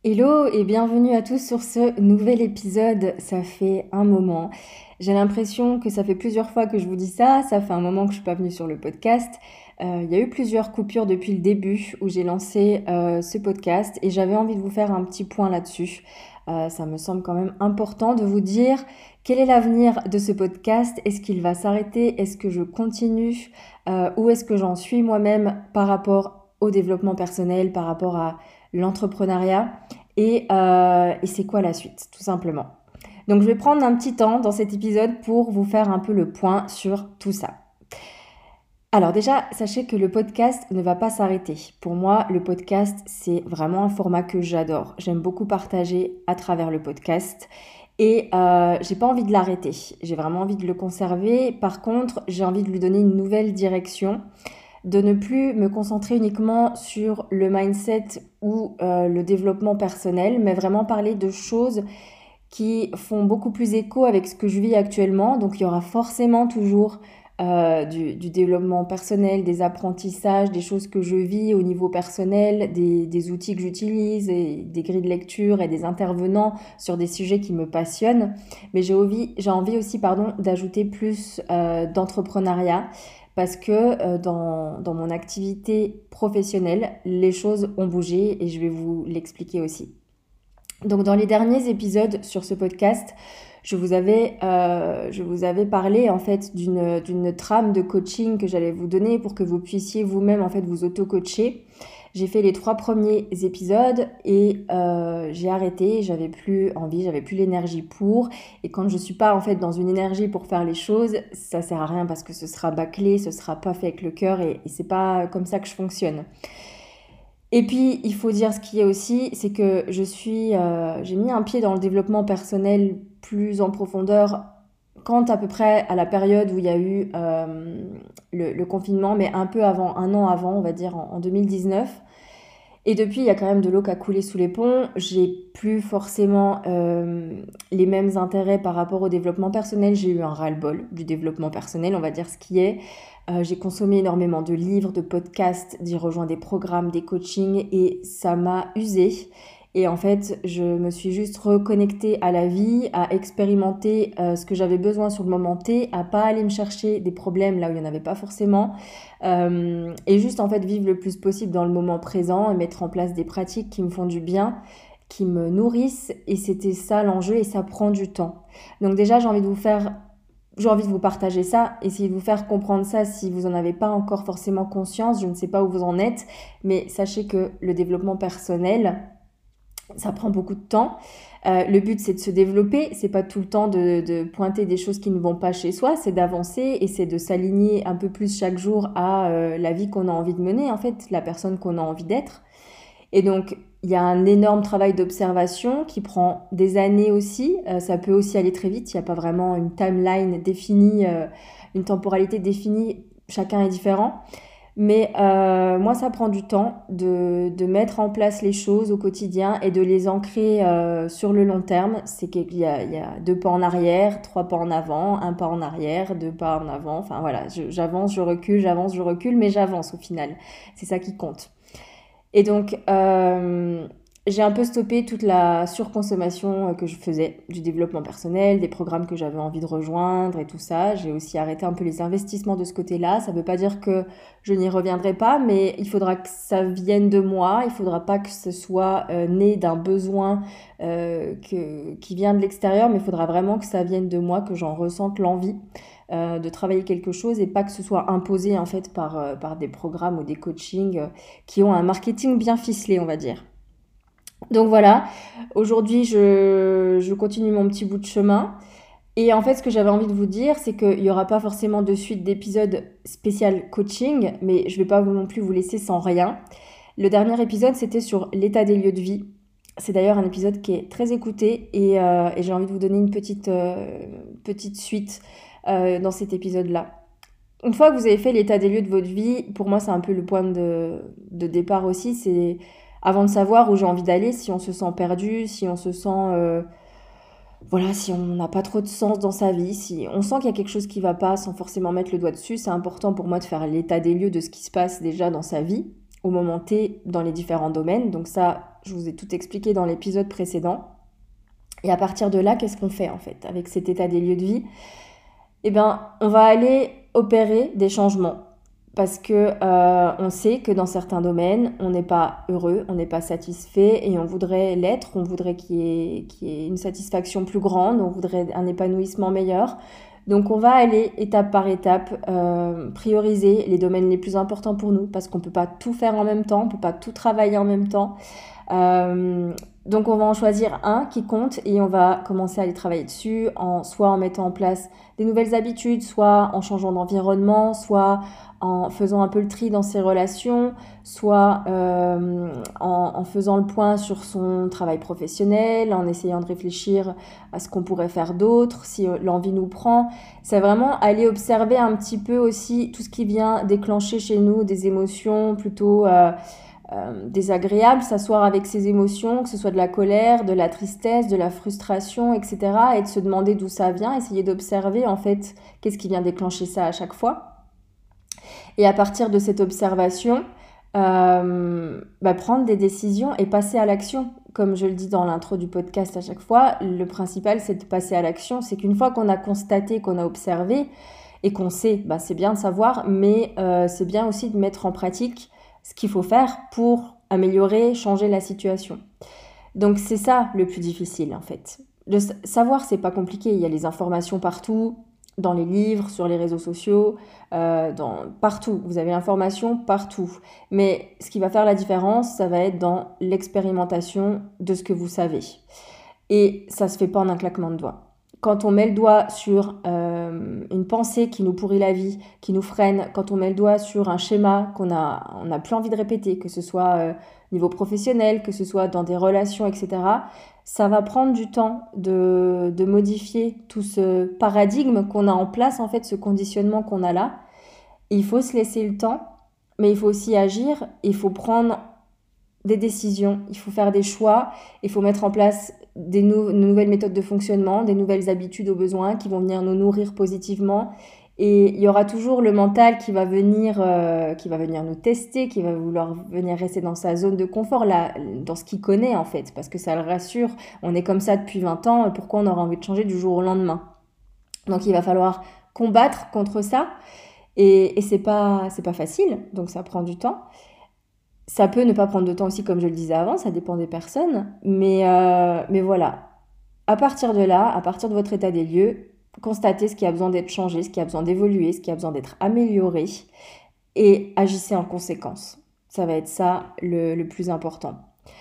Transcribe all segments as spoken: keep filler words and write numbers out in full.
Hello et bienvenue à tous sur ce nouvel épisode. Ça fait un moment. J'ai l'impression que ça fait plusieurs fois que je vous dis ça. Ça fait un moment que je suis pas venue sur le podcast. Euh, il y a eu plusieurs coupures depuis le début où j'ai lancé euh, ce podcast et j'avais envie de vous faire un petit point là-dessus. Euh, ça me semble quand même important de vous dire quel est l'avenir de ce podcast. Est-ce qu'il va s'arrêter? Est-ce que je continue? Euh, où est-ce que j'en suis moi-même par rapport au développement personnel, par rapport à l'entrepreneuriat? Et, euh, et c'est quoi la suite, tout simplement. Donc je vais prendre un petit temps dans cet épisode pour vous faire un peu le point sur tout ça. Alors déjà, sachez que le podcast ne va pas s'arrêter. Pour moi, le podcast, c'est vraiment un format que j'adore. J'aime beaucoup partager à travers le podcast et euh, j'ai pas envie de l'arrêter. J'ai vraiment envie de le conserver. Par contre, j'ai envie de lui donner une nouvelle direction, de ne plus me concentrer uniquement sur le mindset ou euh, le développement personnel, mais vraiment parler de choses qui font beaucoup plus écho avec ce que je vis actuellement. Donc il y aura forcément toujours euh, du, du développement personnel, des apprentissages, des choses que je vis au niveau personnel, des, des outils que j'utilise, et des grilles de lecture et des intervenants sur des sujets qui me passionnent. Mais j'ai envie, j'ai envie aussi pardon, d'ajouter plus euh, d'entrepreneuriat parce que euh, dans, dans mon activité professionnelle, les choses ont bougé et je vais vous l'expliquer aussi. Donc dans les derniers épisodes sur ce podcast, je vous avais, euh, je vous avais parlé en fait d'une, d'une trame de coaching que j'allais vous donner pour que vous puissiez vous-même en fait vous auto-coacher. J'ai fait les trois premiers épisodes et euh, j'ai arrêté, j'avais plus envie, j'avais plus l'énergie pour. Et quand je suis pas en fait dans une énergie pour faire les choses, ça sert à rien parce que ce sera bâclé, ce sera pas fait avec le cœur et, et c'est pas comme ça que je fonctionne. Et puis, il faut dire ce qui est aussi, c'est que je suis, euh, j'ai mis un pied dans le développement personnel plus en profondeur quand à peu près à la période où il y a eu euh, le, le confinement, mais un peu avant, un an avant, on va dire en, en deux mille dix-neuf. Et depuis, il y a quand même de l'eau qui a coulé sous les ponts. J'ai plus forcément euh, les mêmes intérêts par rapport au développement personnel. J'ai eu un ras-le-bol du développement personnel, on va dire ce qui est. Euh, j'ai consommé énormément de livres, de podcasts, j'ai rejoint des programmes, des coachings et ça m'a usée. Et en fait, je me suis juste reconnectée à la vie, à expérimenter euh, ce que j'avais besoin sur le moment T, à pas aller me chercher des problèmes là où il n'y en avait pas forcément. Euh, et juste en fait vivre le plus possible dans le moment présent et mettre en place des pratiques qui me font du bien, qui me nourrissent. Et c'était ça l'enjeu et ça prend du temps. Donc déjà, j'ai envie de vous faire j'ai envie de vous partager ça, essayer de vous faire comprendre ça si vous n'en avez pas encore forcément conscience, je ne sais pas où vous en êtes, mais sachez que le développement personnel, ça prend beaucoup de temps. Euh, le but, c'est de se développer, c'est pas tout le temps de, de pointer des choses qui ne vont pas chez soi, c'est d'avancer et c'est de s'aligner un peu plus chaque jour à euh, la vie qu'on a envie de mener, en fait, la personne qu'on a envie d'être. Et donc, il y a un énorme travail d'observation qui prend des années aussi. Euh, ça peut aussi aller très vite. Il n'y a pas vraiment une timeline définie, euh, une temporalité définie. Chacun est différent. Mais euh, moi, ça prend du temps de, de mettre en place les choses au quotidien et de les ancrer euh, sur le long terme. C'est qu'il y a, il y a deux pas en arrière, trois pas en avant, un pas en arrière, deux pas en avant. Enfin voilà, je- j'avance, je recule, j'avance, je recule, mais j'avance au final. C'est ça qui compte. Et donc, euh, j'ai un peu stoppé toute la surconsommation euh, que je faisais du développement personnel, des programmes que j'avais envie de rejoindre et tout ça. J'ai aussi arrêté un peu les investissements de ce côté-là. Ça ne veut pas dire que je n'y reviendrai pas, mais il faudra que ça vienne de moi. Il ne faudra pas que ce soit euh, né d'un besoin euh, que, qui vient de l'extérieur, mais il faudra vraiment que ça vienne de moi, que j'en ressente l'envie euh, de travailler quelque chose et pas que ce soit imposé en fait par, euh, par des programmes ou des coachings euh, qui ont un marketing bien ficelé, on va dire. Donc voilà, aujourd'hui je, je continue mon petit bout de chemin. Et en fait, ce que j'avais envie de vous dire, c'est qu'il n'y aura pas forcément de suite d'épisodes spécial coaching, mais je ne vais pas non plus vous laisser sans rien. Le dernier épisode, c'était sur l'état des lieux de vie. C'est d'ailleurs un épisode qui est très écouté et, euh, et j'ai envie de vous donner une petite, euh, petite suite euh, dans cet épisode-là. Une fois que vous avez fait l'état des lieux de votre vie, pour moi, c'est un peu le point de, de départ aussi. C'est avant de savoir où j'ai envie d'aller, si on se sent perdu, si on se sent, euh, voilà, si on n'a pas trop de sens dans sa vie, si on sent qu'il y a quelque chose qui va pas sans forcément mettre le doigt dessus, c'est important pour moi de faire l'état des lieux de ce qui se passe déjà dans sa vie. au moment T dans les différents domaines. Donc ça, je vous ai tout expliqué dans l'épisode précédent. Et à partir de là, qu'est-ce qu'on fait en fait avec cet état des lieux de vie? Eh bien, on va aller opérer des changements parce que euh, on sait que dans certains domaines, on n'est pas heureux, on n'est pas satisfait et on voudrait l'être, on voudrait qu'il y ait, qu'il y ait une satisfaction plus grande, on voudrait un épanouissement meilleur. Donc on va aller étape par étape, euh, prioriser les domaines les plus importants pour nous parce qu'on ne peut pas tout faire en même temps, on ne peut pas tout travailler en même temps. Euh, donc on va en choisir un qui compte et on va commencer à aller travailler dessus, en, soit en mettant en place des nouvelles habitudes, soit en changeant d'environnement, soit en faisant un peu le tri dans ses relations, soit euh, en, en faisant le point sur son travail professionnel, en essayant de réfléchir à ce qu'on pourrait faire d'autre, si l'envie nous prend. C'est vraiment aller observer un petit peu aussi tout ce qui vient déclencher chez nous des émotions plutôt euh, euh, désagréables, s'asseoir avec ces émotions, que ce soit de la colère, de la tristesse, de la frustration, et cetera. Et de se demander d'où ça vient, essayer d'observer en fait qu'est-ce qui vient déclencher ça à chaque fois. Et à partir de cette observation, euh, bah, prendre des décisions et passer à l'action. Comme je le dis dans l'intro du podcast à chaque fois, le principal c'est de passer à l'action. C'est qu'une fois qu'on a constaté, qu'on a observé et qu'on sait, bah, c'est bien de savoir, mais euh, c'est bien aussi de mettre en pratique ce qu'il faut faire pour améliorer, changer la situation. Donc c'est ça le plus difficile en fait. Le savoir, c'est pas compliqué, il y a les informations partout, dans les livres, sur les réseaux sociaux, euh, dans, partout. Vous avez l'information partout. Mais ce qui va faire la différence, ça va être dans l'expérimentation de ce que vous savez. Et ça se fait pas en un claquement de doigts. Quand on met le doigt sur euh, une pensée qui nous pourrit la vie, qui nous freine, quand on met le doigt sur un schéma qu'on a, on n'a plus envie de répéter, que ce soit euh, niveau professionnel, que ce soit dans des relations, et cetera, ça va prendre du temps de, de modifier tout ce paradigme qu'on a en place, en fait, ce conditionnement qu'on a là. Il faut se laisser le temps, mais il faut aussi agir, il faut prendre des décisions, il faut faire des choix, il faut mettre en place des nou- nouvelles méthodes de fonctionnement, des nouvelles habitudes aux besoins qui vont venir nous nourrir positivement. Et il y aura toujours le mental qui va venir, euh, qui va venir nous tester, qui va vouloir venir rester dans sa zone de confort, là, dans ce qu'il connaît en fait, parce que ça le rassure. On est comme ça depuis vingt ans, pourquoi on aura envie de changer du jour au lendemain? Donc il va falloir combattre contre ça, et, et c'est pas, c'est pas facile, donc ça prend du temps. Ça peut ne pas prendre de temps aussi, comme je le disais avant, ça dépend des personnes. Mais, euh, mais voilà, à partir de là, à partir de votre état des lieux, constatez ce qui a besoin d'être changé, ce qui a besoin d'évoluer, ce qui a besoin d'être amélioré et agissez en conséquence. Ça va être ça le, le plus important.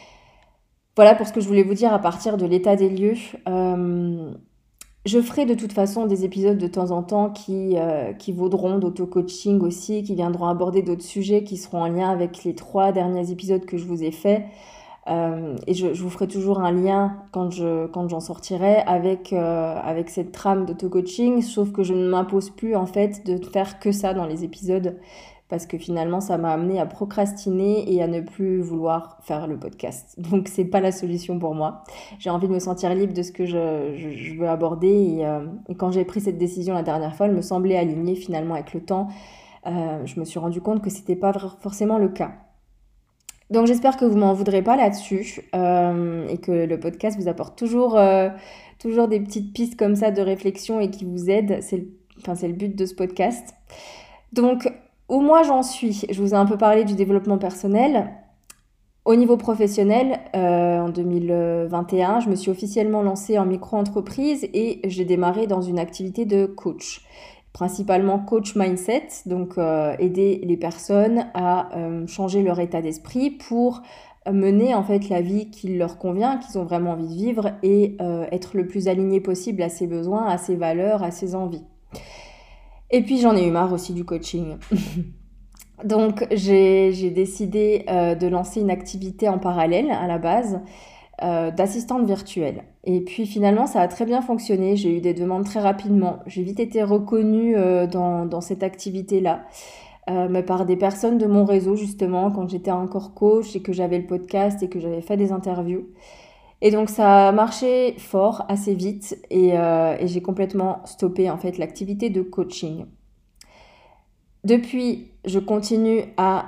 Voilà pour ce que je voulais vous dire à partir de l'état des lieux. Euh, Je ferai de toute façon des épisodes de temps en temps qui, euh, qui vaudront d'auto-coaching aussi, qui viendront aborder d'autres sujets qui seront en lien avec les trois derniers épisodes que je vous ai faits. Euh, et je, je vous ferai toujours un lien quand, je, quand j'en sortirai avec, euh, avec cette trame d'auto-coaching, sauf que je ne m'impose plus en fait de faire que ça dans les épisodes parce que finalement ça m'a amené à procrastiner et à ne plus vouloir faire le podcast. Donc c'est pas la solution pour moi. J'ai envie de me sentir libre de ce que je, je, je veux aborder et, euh, et quand j'ai pris cette décision la dernière fois, elle me semblait alignée finalement avec le temps. Euh, je me suis rendu compte que c'était pas forcément le cas. Donc j'espère que vous m'en voudrez pas là-dessus euh, et que le podcast vous apporte toujours, euh, toujours des petites pistes comme ça de réflexion et qui vous aident. C'est le, enfin, c'est le but de ce podcast. Donc où moi j'en suis, je vous ai un peu parlé du développement personnel. Au niveau professionnel, euh, en deux mille vingt et un, je me suis officiellement lancée en micro-entreprise et j'ai démarré dans une activité de coach. Principalement coach mindset, donc euh, aider les personnes à euh, changer leur état d'esprit pour mener en fait la vie qui leur convient, qu'ils ont vraiment envie de vivre et euh, être le plus aligné possible à ses besoins, à ses valeurs, à ses envies. Et puis j'en ai eu marre aussi du coaching. Donc j'ai, j'ai décidé euh, de lancer une activité en parallèle à la base euh, d'assistante virtuelle. Et puis finalement ça a très bien fonctionné, j'ai eu des demandes très rapidement, j'ai vite été reconnue euh, dans, dans cette activité-là, euh, mais par des personnes de mon réseau justement quand j'étais encore coach et que j'avais le podcast et que j'avais fait des interviews. Et donc ça a marché fort, assez vite et, euh, et j'ai complètement stoppé en fait l'activité de coaching. Depuis, je continue à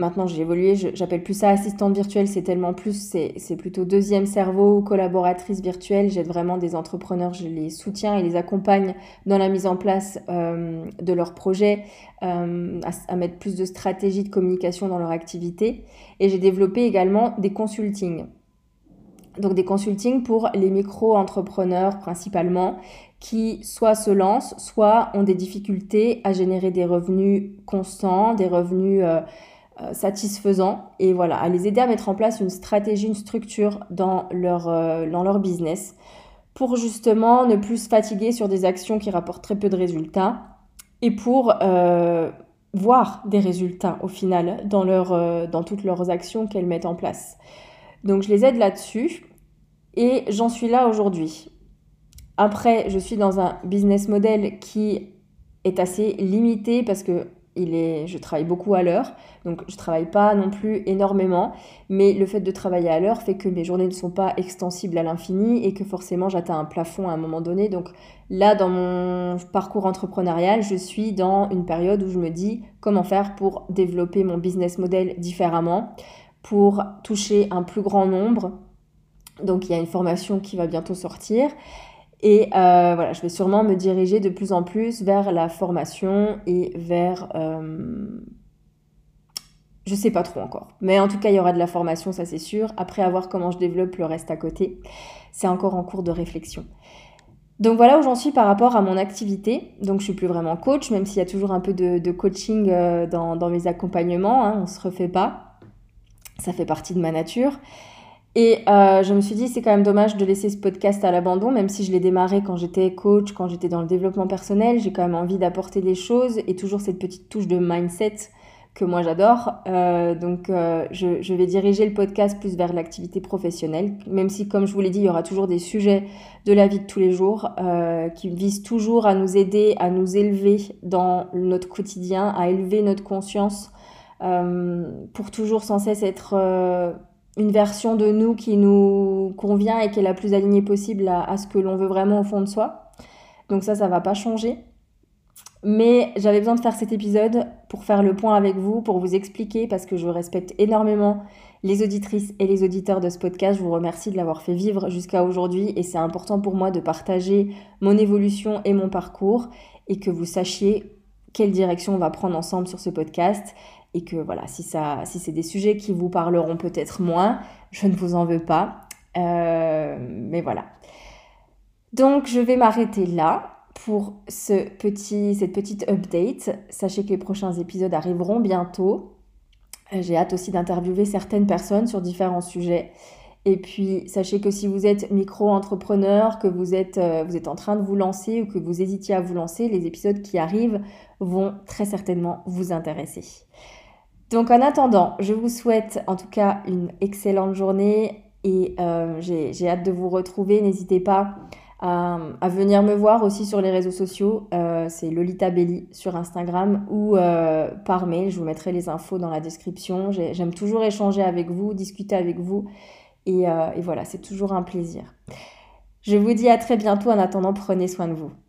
maintenant j'ai évolué, je- j'appelle plus ça assistante virtuelle, c'est tellement plus, c'est, c'est plutôt deuxième cerveau ou collaboratrice virtuelle. J'aide vraiment des entrepreneurs, je les soutiens et les accompagne dans la mise en place euh, de leurs projets, euh, à, à mettre plus de stratégies de communication dans leur activité. Et j'ai développé également des consultings. Donc des consultings pour les micro-entrepreneurs principalement qui soit se lancent, soit ont des difficultés à générer des revenus constants, des revenus euh, euh, satisfaisants et voilà, à les aider à mettre en place une stratégie, une structure dans leur, euh, dans leur business pour justement ne plus se fatiguer sur des actions qui rapportent très peu de résultats et pour euh, voir des résultats au final dans, leur, euh, dans toutes leurs actions qu'elles mettent en place. Donc je les aide là-dessus et j'en suis là aujourd'hui. Après, je suis dans un business model qui est assez limité parce que il est, je travaille beaucoup à l'heure, donc je travaille pas non plus énormément, mais le fait de travailler à l'heure fait que mes journées ne sont pas extensibles à l'infini et que forcément j'atteins un plafond à un moment donné. Donc là, dans mon parcours entrepreneurial, je suis dans une période où je me dis comment faire pour développer mon business model différemment, pour toucher un plus grand nombre. Donc il y a une formation qui va bientôt sortir. Et euh, voilà, je vais sûrement me diriger de plus en plus vers la formation et vers... Euh, je sais pas trop encore. Mais en tout cas, il y aura de la formation, ça c'est sûr. Après, à voir comment je développe le reste à côté. C'est encore en cours de réflexion. Donc voilà où j'en suis par rapport à mon activité. Donc je suis plus vraiment coach, même s'il y a toujours un peu de, de coaching euh, dans, dans mes accompagnements. Hein, on se refait pas. Ça fait partie de ma nature. Et euh, je me suis dit, c'est quand même dommage de laisser ce podcast à l'abandon, même si je l'ai démarré quand j'étais coach, quand j'étais dans le développement personnel. J'ai quand même envie d'apporter des choses et toujours cette petite touche de mindset que moi j'adore. Euh, donc euh, je, je vais diriger le podcast plus vers l'activité professionnelle, même si, comme je vous l'ai dit, il y aura toujours des sujets de la vie de tous les jours euh, qui visent toujours à nous aider, à nous élever dans notre quotidien, à élever notre conscience euh, pour toujours sans cesse être... Euh, une version de nous qui nous convient et qui est la plus alignée possible à, à ce que l'on veut vraiment au fond de soi. Donc ça, ça va pas changer. Mais j'avais besoin de faire cet épisode pour faire le point avec vous, pour vous expliquer, parce que je respecte énormément les auditrices et les auditeurs de ce podcast. Je vous remercie de l'avoir fait vivre jusqu'à aujourd'hui et c'est important pour moi de partager mon évolution et mon parcours et que vous sachiez quelle direction on va prendre ensemble sur ce podcast. Et que voilà, si, ça, si c'est des sujets qui vous parleront peut-être moins, je ne vous en veux pas. Euh, mais voilà. Donc je vais m'arrêter là pour ce petit, cette petite update. Sachez que les prochains épisodes arriveront bientôt. J'ai hâte aussi d'interviewer certaines personnes sur différents sujets. Et puis, sachez que si vous êtes micro-entrepreneur, que vous êtes, euh, vous êtes en train de vous lancer ou que vous hésitiez à vous lancer, les épisodes qui arrivent vont très certainement vous intéresser. Donc en attendant, je vous souhaite en tout cas une excellente journée et euh, j'ai, j'ai hâte de vous retrouver. N'hésitez pas à, à venir me voir aussi sur les réseaux sociaux. Euh, c'est Lolita Belli sur Instagram ou euh, par mail. Je vous mettrai les infos dans la description. J'ai, j'aime toujours échanger avec vous, discuter avec vous et, euh, et voilà, c'est toujours un plaisir. Je vous dis à très bientôt. En attendant, prenez soin de vous.